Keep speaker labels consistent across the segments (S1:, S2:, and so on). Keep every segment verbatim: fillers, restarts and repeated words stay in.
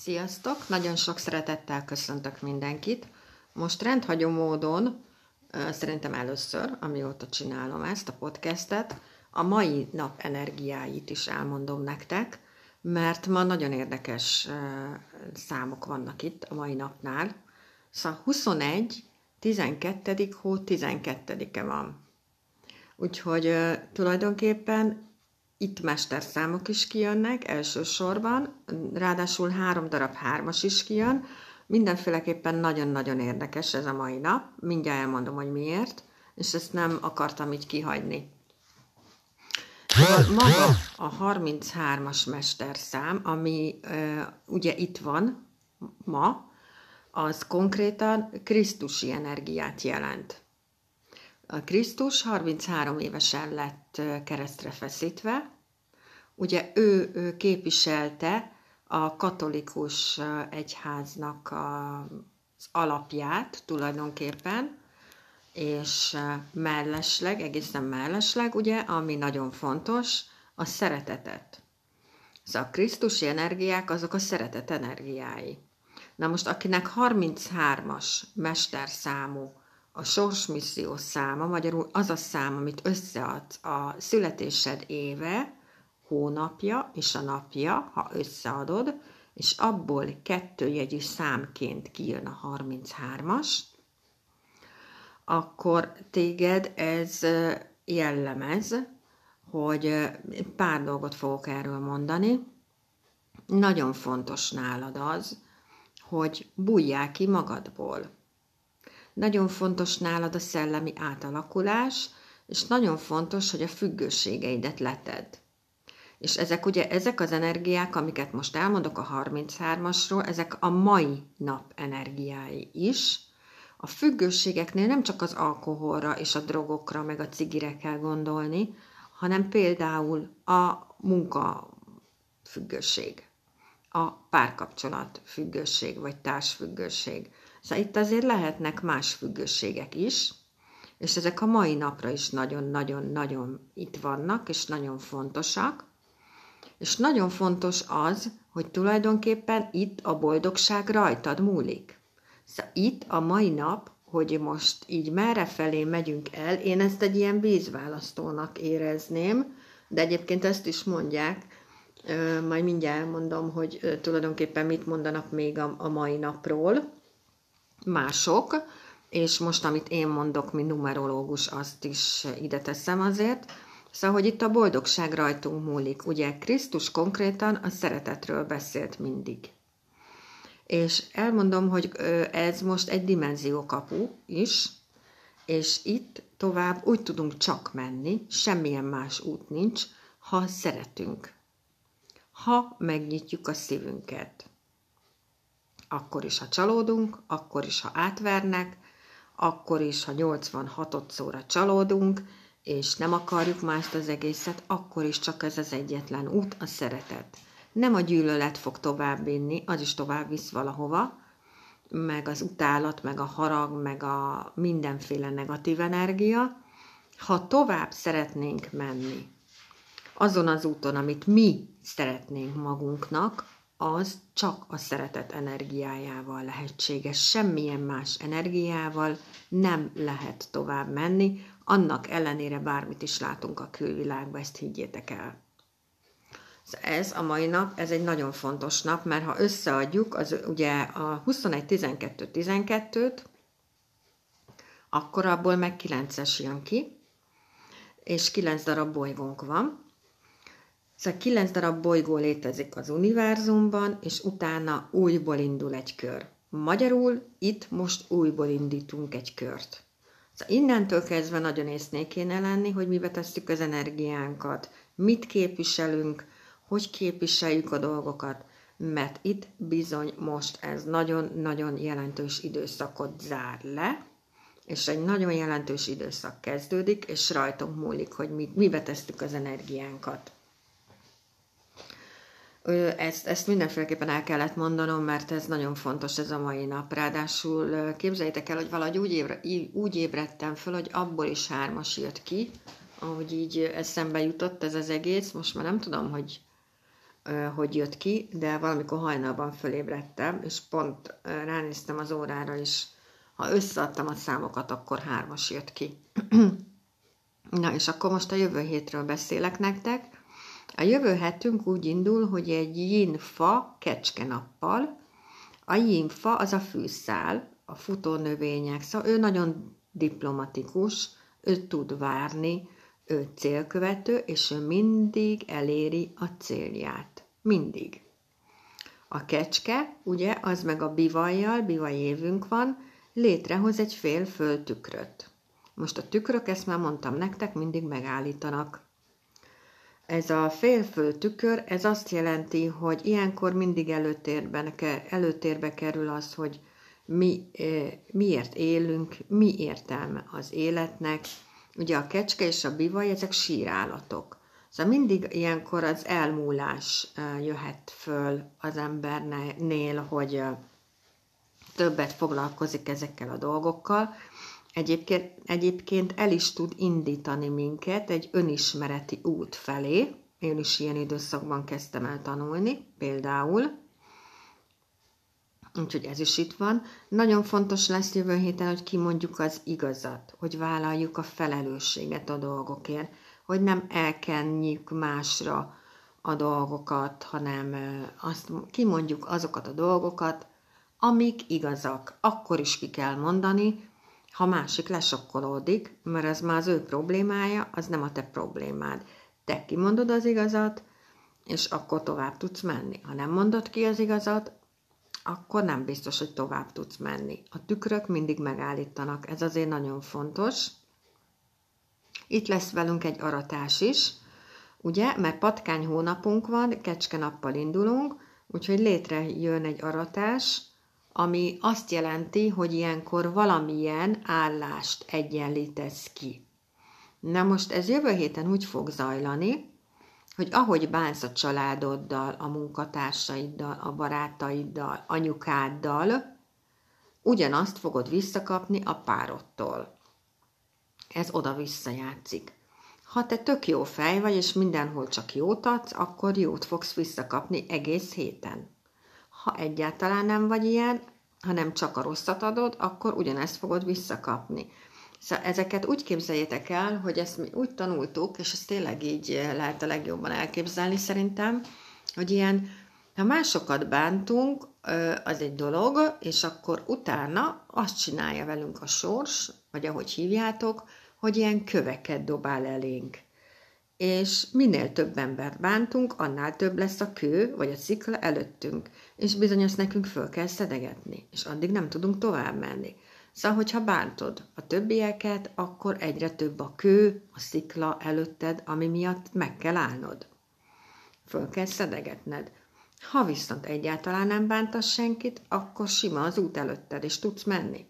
S1: Sziasztok! Nagyon sok szeretettel köszöntök mindenkit. Most rendhagyó módon, szerintem először, amióta csinálom ezt a podcastet, a mai nap energiáit is elmondom nektek, mert ma nagyon érdekes számok vannak itt a mai napnál. Szóval huszonegy tizenkettő hó tizenkettedike van. Úgyhogy tulajdonképpen itt mesterszámok is kijönnek elsősorban, ráadásul három darab hármas is kijön. Mindenféleképpen nagyon-nagyon érdekes ez a mai nap. Mindjárt elmondom, hogy miért, és ezt nem akartam így kihagyni. Maga a harminchármas mesterszám, ami uh, ugye itt van ma, az konkrétan krisztusi energiát jelent. A Krisztus harminchárom évesen lett keresztre feszítve. Ugye ő, ő képviselte a katolikus egyháznak az alapját tulajdonképpen, és mellesleg, egészen mellesleg, ugye, ami nagyon fontos, a szeretetet. Szóval a krisztusi energiák azok a szeretet energiái. Na most, akinek harminchármas mesterszámú a sorsmisszió száma, magyarul az a szám, amit összead a születésed éve, hónapja és a napja, ha összeadod, és abból kettőjegyű számként kijön a harminchármas, akkor téged ez jellemez, hogy pár dolgot fogok erről mondani. Nagyon fontos nálad az, hogy bújjál ki magadból. Nagyon fontos nálad a szellemi átalakulás, és nagyon fontos, hogy a függőségeidet letedd. És ezek ugye, ezek az energiák, amiket most elmondok a harminchármasról, ezek a mai nap energiái is. A függőségeknél nem csak az alkoholra és a drogokra, meg a cigire kell gondolni, hanem például a munkafüggőség, a párkapcsolat függőség, vagy társfüggőség. Szóval itt azért lehetnek más függőségek is, és ezek a mai napra is nagyon-nagyon-nagyon itt vannak, és nagyon fontosak. És nagyon fontos az, hogy tulajdonképpen itt a boldogság rajtad múlik. Szóval itt a mai nap, hogy most így merre felé megyünk el, én ezt egy ilyen vízválasztónak érezném, de egyébként ezt is mondják, majd mindjárt elmondom, hogy tulajdonképpen mit mondanak még a mai napról mások, és most, amit én mondok, mint numerológus, azt is ide teszem azért. Szóval, hogy itt a boldogság rajtunk múlik. Ugye Krisztus konkrétan a szeretetről beszélt mindig. És elmondom, hogy ez most egy dimenziókapu is, és itt tovább úgy tudunk csak menni, semmilyen más út nincs, ha szeretünk. Ha megnyitjuk a szívünket. Akkor is, ha csalódunk, akkor is, ha átvernek, akkor is, ha nyolcvanhatodszorra csalódunk, és nem akarjuk mást az egészet, akkor is csak ez az egyetlen út, a szeretet. Nem a gyűlölet fog tovább vinni, az is tovább visz valahova, meg az utálat, meg a harag, meg a mindenféle negatív energia. Ha tovább szeretnénk menni azon az úton, amit mi szeretnénk magunknak, az csak a szeretet energiájával lehetséges. Semmilyen más energiával nem lehet tovább menni, annak ellenére bármit is látunk a külvilágban, ezt higgyétek el. Ez a mai nap, ez egy nagyon fontos nap, mert ha összeadjuk az, ugye a huszonegy tizenkettő tizenkettőt, akkor abból meg kilences jön ki, és kilenc darab bolygónk van. Szóval kilenc darab bolygó létezik az univerzumban, és utána újból indul egy kör. Magyarul itt most újból indítunk egy kört. Szóval innentől kezdve nagyon észnél kéne lenni, hogy mibe tesszük az energiánkat, mit képviselünk, hogy képviseljük a dolgokat, mert itt bizony most ez nagyon-nagyon jelentős időszakot zár le, és egy nagyon jelentős időszak kezdődik, és rajtunk múlik, hogy mit, mibe tesszük az energiánkat. Ezt, ezt mindenféleképpen el kellett mondanom, mert ez nagyon fontos ez a mai nap. Ráadásul képzeljétek el, hogy valahogy úgy, ébre, úgy ébredtem föl, hogy abból is hármas jött ki, ahogy így eszembe jutott ez az egész. Most már nem tudom, hogy hogy jött ki, de valamikor hajnalban fölébredtem, és pont ránéztem az órára, és ha összeadtam a számokat, akkor hármas jött ki. Na, és akkor most a jövő hétről beszélek nektek. A jövő hetünk úgy indul, hogy egy yin-fa kecskenappal. A yin-fa az a fűszál, a futónövények, szóval ő nagyon diplomatikus, ő tud várni, ő célkövető, és ő mindig eléri a célját. Mindig. A kecske, ugye, az meg a bivajjal, bivaj évünk van, létrehoz egy fél földtükröt. Most a tükrök, ezt már mondtam nektek, mindig megállítanak. Ez a félföld tükör, ez azt jelenti, hogy ilyenkor mindig előtérben, előtérbe kerül az, hogy mi, miért élünk, mi értelme az életnek. Ugye a kecske és a bivaj, ezek sírállatok. Szóval mindig ilyenkor az elmúlás jöhet föl az embernél, hogy többet foglalkozik ezekkel a dolgokkal. Egyébként, egyébként el is tud indítani minket egy önismereti út felé. Én is ilyen időszakban kezdtem el tanulni, például. Úgyhogy ez is itt van. Nagyon fontos lesz jövő héten, hogy kimondjuk az igazat, hogy vállaljuk a felelősséget a dolgokért, hogy nem elkenjük másra a dolgokat, hanem azt kimondjuk azokat a dolgokat, amik igazak. Akkor is ki kell mondani, ha másik lesokkolódik, mert ez már az ő problémája, az nem a te problémád. Te kimondod az igazat, és akkor tovább tudsz menni. Ha nem mondod ki az igazat, akkor nem biztos, hogy tovább tudsz menni. A tükrök mindig megállítanak, ez azért nagyon fontos. Itt lesz velünk egy aratás is, ugye, mert patkány hónapunk van, kecskenappal indulunk, úgyhogy létrejön egy aratás, ami azt jelenti, hogy ilyenkor valamilyen állást egyenlítesz ki. Na most ez jövő héten úgy fog zajlani, hogy ahogy bánsz a családoddal, a munkatársaiddal, a barátaiddal, anyukáddal, ugyanazt fogod visszakapni a párodtól. Ez oda-vissza játszik. Ha te tök jó fej vagy, és mindenhol csak jót adsz, akkor jót fogsz visszakapni egész héten. Ha egyáltalán nem vagy ilyen, hanem csak a rosszat adod, akkor ugyanezt fogod visszakapni. Szóval ezeket úgy képzeljétek el, hogy ezt mi úgy tanultuk, és ezt tényleg így lehet a legjobban elképzelni szerintem, hogy ilyen, ha másokat bántunk, az egy dolog, és akkor utána azt csinálja velünk a sors, vagy ahogy hívjátok, hogy ilyen köveket dobál elénk. És minél több embert bántunk, annál több lesz a kő, vagy a szikla előttünk, és bizony azt nekünk föl kell szedegetni, és addig nem tudunk tovább menni. Szóval, hogyha bántod a többieket, akkor egyre több a kő, a szikla előtted, ami miatt meg kell állnod. Föl kell szedegetned. Ha viszont egyáltalán nem bántasz senkit, akkor sima az út előtted, és tudsz menni.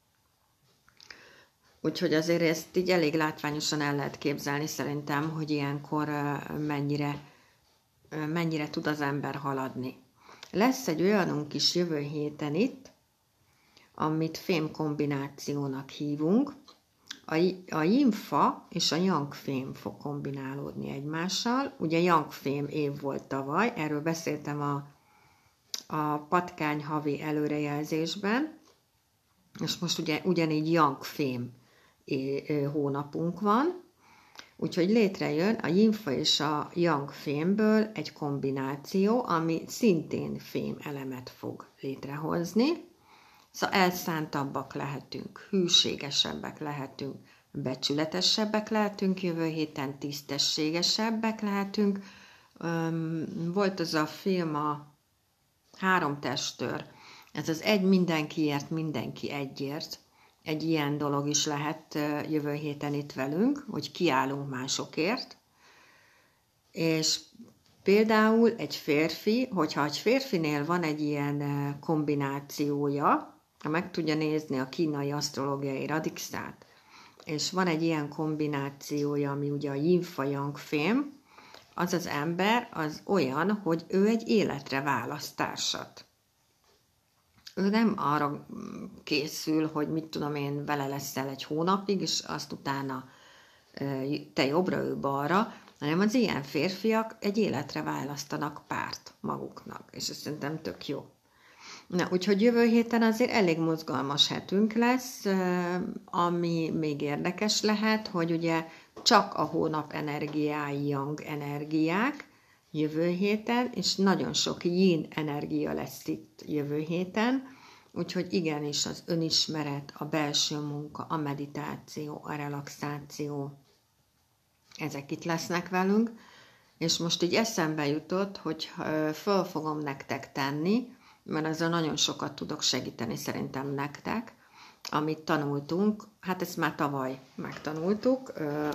S1: Úgyhogy azért ezt így elég látványosan el lehet képzelni szerintem, hogy ilyenkor mennyire, mennyire tud az ember haladni. Lesz egy olyanunk is jövő héten itt, amit fém kombinációnak hívunk. A, a yin-fa és a yang-fém fog kombinálódni egymással. Ugye yang-fém év volt tavaly, erről beszéltem a, a patkány havi előrejelzésben, és most ugye ugyanígy yang-fém hónapunk van, úgyhogy létrejön a yin-fa és a yang-fémből egy kombináció, ami szintén fém elemet fog létrehozni. Szóval elszántabbak lehetünk, hűségesebbek lehetünk, becsületesebbek lehetünk jövő héten, tisztességesebbek lehetünk. Volt az a film, a Három testőr, ez az egy mindenkiért, mindenki egyért. Egy ilyen dolog is lehet jövő héten itt velünk, hogy kiállunk másokért. És például egy férfi, hogyha egy férfinél van egy ilyen kombinációja, ha meg tudja nézni a kínai asztrológiai radixát, és van egy ilyen kombinációja, ami ugye a yin-fa yang-fém, az az ember az olyan, hogy ő egy életre választ társat. Ő nem arra készül, hogy mit tudom én, vele leszel egy hónapig, és azt utána te jobbra, ő balra, hanem az ilyen férfiak egy életre választanak párt maguknak, és ez szerintem tök jó. Na, úgyhogy jövő héten azért elég mozgalmas hetünk lesz, ami még érdekes lehet, hogy ugye csak a hónap energiái, yang energiák jövő héten, és nagyon sok yin energia lesz itt jövő héten, úgyhogy igenis az önismeret, a belső munka, a meditáció, a relaxáció, ezek itt lesznek velünk, és most így eszembe jutott, hogy föl fogom nektek tenni, mert ezzel nagyon sokat tudok segíteni szerintem nektek, amit tanultunk, hát ezt már tavaly megtanultuk,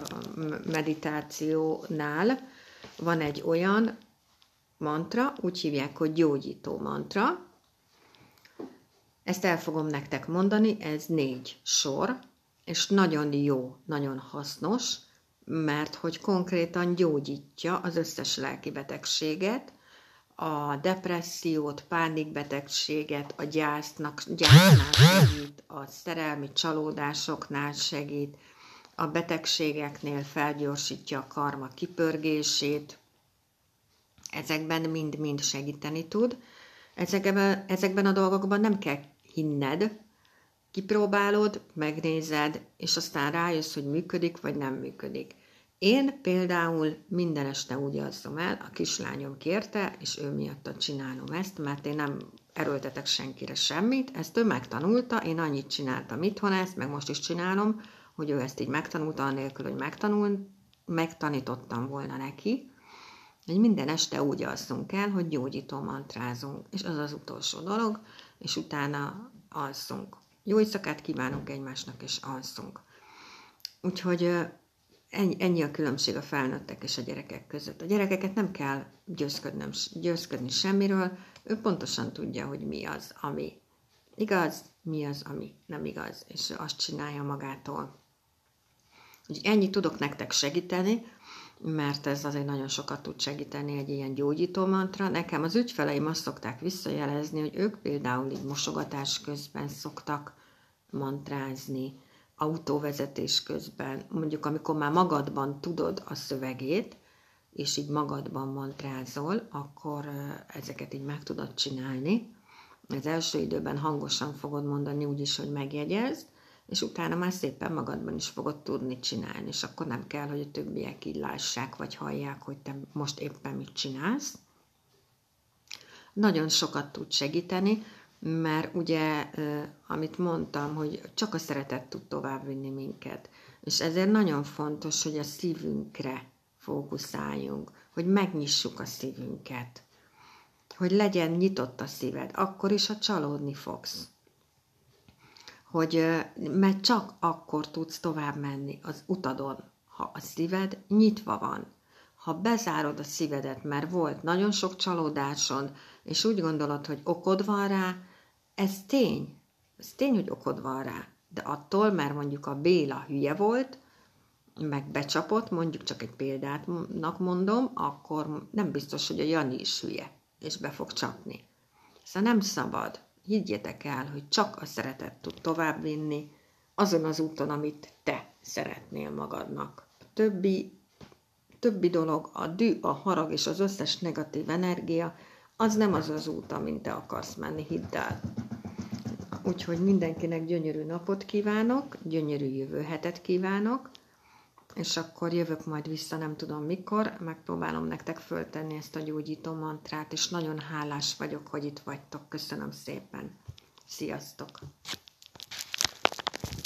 S1: meditációnál van egy olyan mantra, úgy hívják, hogy gyógyító mantra. Ezt el fogom nektek mondani, ez négy sor, és nagyon jó, nagyon hasznos, mert hogy konkrétan gyógyítja az összes lelki betegséget, a depressziót, pánikbetegséget, a gyásznak, gyásznál segít, a szerelmi csalódásoknál segít, a betegségeknél felgyorsítja a karma kipörgését, ezekben mind-mind segíteni tud. Ezekben, ezekben a dolgokban nem kell hinned, kipróbálod, megnézed, és aztán rájössz, hogy működik, vagy nem működik. Én például minden este úgy alszom el, a kislányom kérte, és ő miatta csinálom ezt, mert én nem erőltetek senkire semmit, ezt ő megtanulta, én annyit csináltam itthon ezt, meg most is csinálom, hogy ő ezt így megtanulta, anélkül, hogy megtanul, megtanítottam volna neki, hogy minden este úgy alszunk el, hogy gyógyító mantrázunk, és az az utolsó dolog, és utána alszunk. Jó éjszakát kívánunk egymásnak, és alszunk. Úgyhogy ennyi, ennyi a különbség a felnőttek és a gyerekek között. A gyerekeket nem kell győzködnöm, győzködni semmiről, ő pontosan tudja, hogy mi az, ami igaz, mi az, ami nem igaz, és azt csinálja magától. Úgyhogy ennyit tudok nektek segíteni, mert ez azért nagyon sokat tud segíteni egy ilyen gyógyító mantra. Nekem az ügyfeleim azt szokták visszajelezni, hogy ők például így mosogatás közben szoktak mantrázni, autóvezetés közben, mondjuk amikor már magadban tudod a szövegét, és így magadban mantrázol, akkor ezeket így meg tudod csinálni. Az első időben hangosan fogod mondani úgyis, hogy megjegyezd, és utána már szépen magadban is fogod tudni csinálni, és akkor nem kell, hogy a többiek így lássák, vagy hallják, hogy te most éppen mit csinálsz. Nagyon sokat tud segíteni, mert ugye, amit mondtam, hogy csak a szeretet tud továbbvinni minket. És ezért nagyon fontos, hogy a szívünkre fókuszáljunk, hogy megnyissuk a szívünket, hogy legyen nyitott a szíved, akkor is, ha csalódni fogsz. Hogy, mert csak akkor tudsz tovább menni az utadon, ha a szíved nyitva van. Ha bezárod a szívedet, mert volt nagyon sok csalódásod, és úgy gondolod, hogy okod van rá, ez tény. Ez tény, hogy okod van rá. De attól, mert mondjuk a Béla hülye volt, meg becsapott, mondjuk csak egy példátnak mondom, akkor nem biztos, hogy a Jani is hülye, és be fog csapni. Szóval nem szabad. Higgyétek el, hogy csak a szeretet tud továbbvinni azon az úton, amit te szeretnél magadnak. A többi, többi dolog, a dű, a harag és az összes negatív energia, az nem az az út, amin te akarsz menni, hidd el. Úgyhogy mindenkinek gyönyörű napot kívánok, gyönyörű jövő hetet kívánok, és akkor jövök majd vissza, nem tudom mikor, megpróbálom nektek föltenni ezt a gyógyító mantrát, és nagyon hálás vagyok, hogy itt vagytok. Köszönöm szépen. Sziasztok!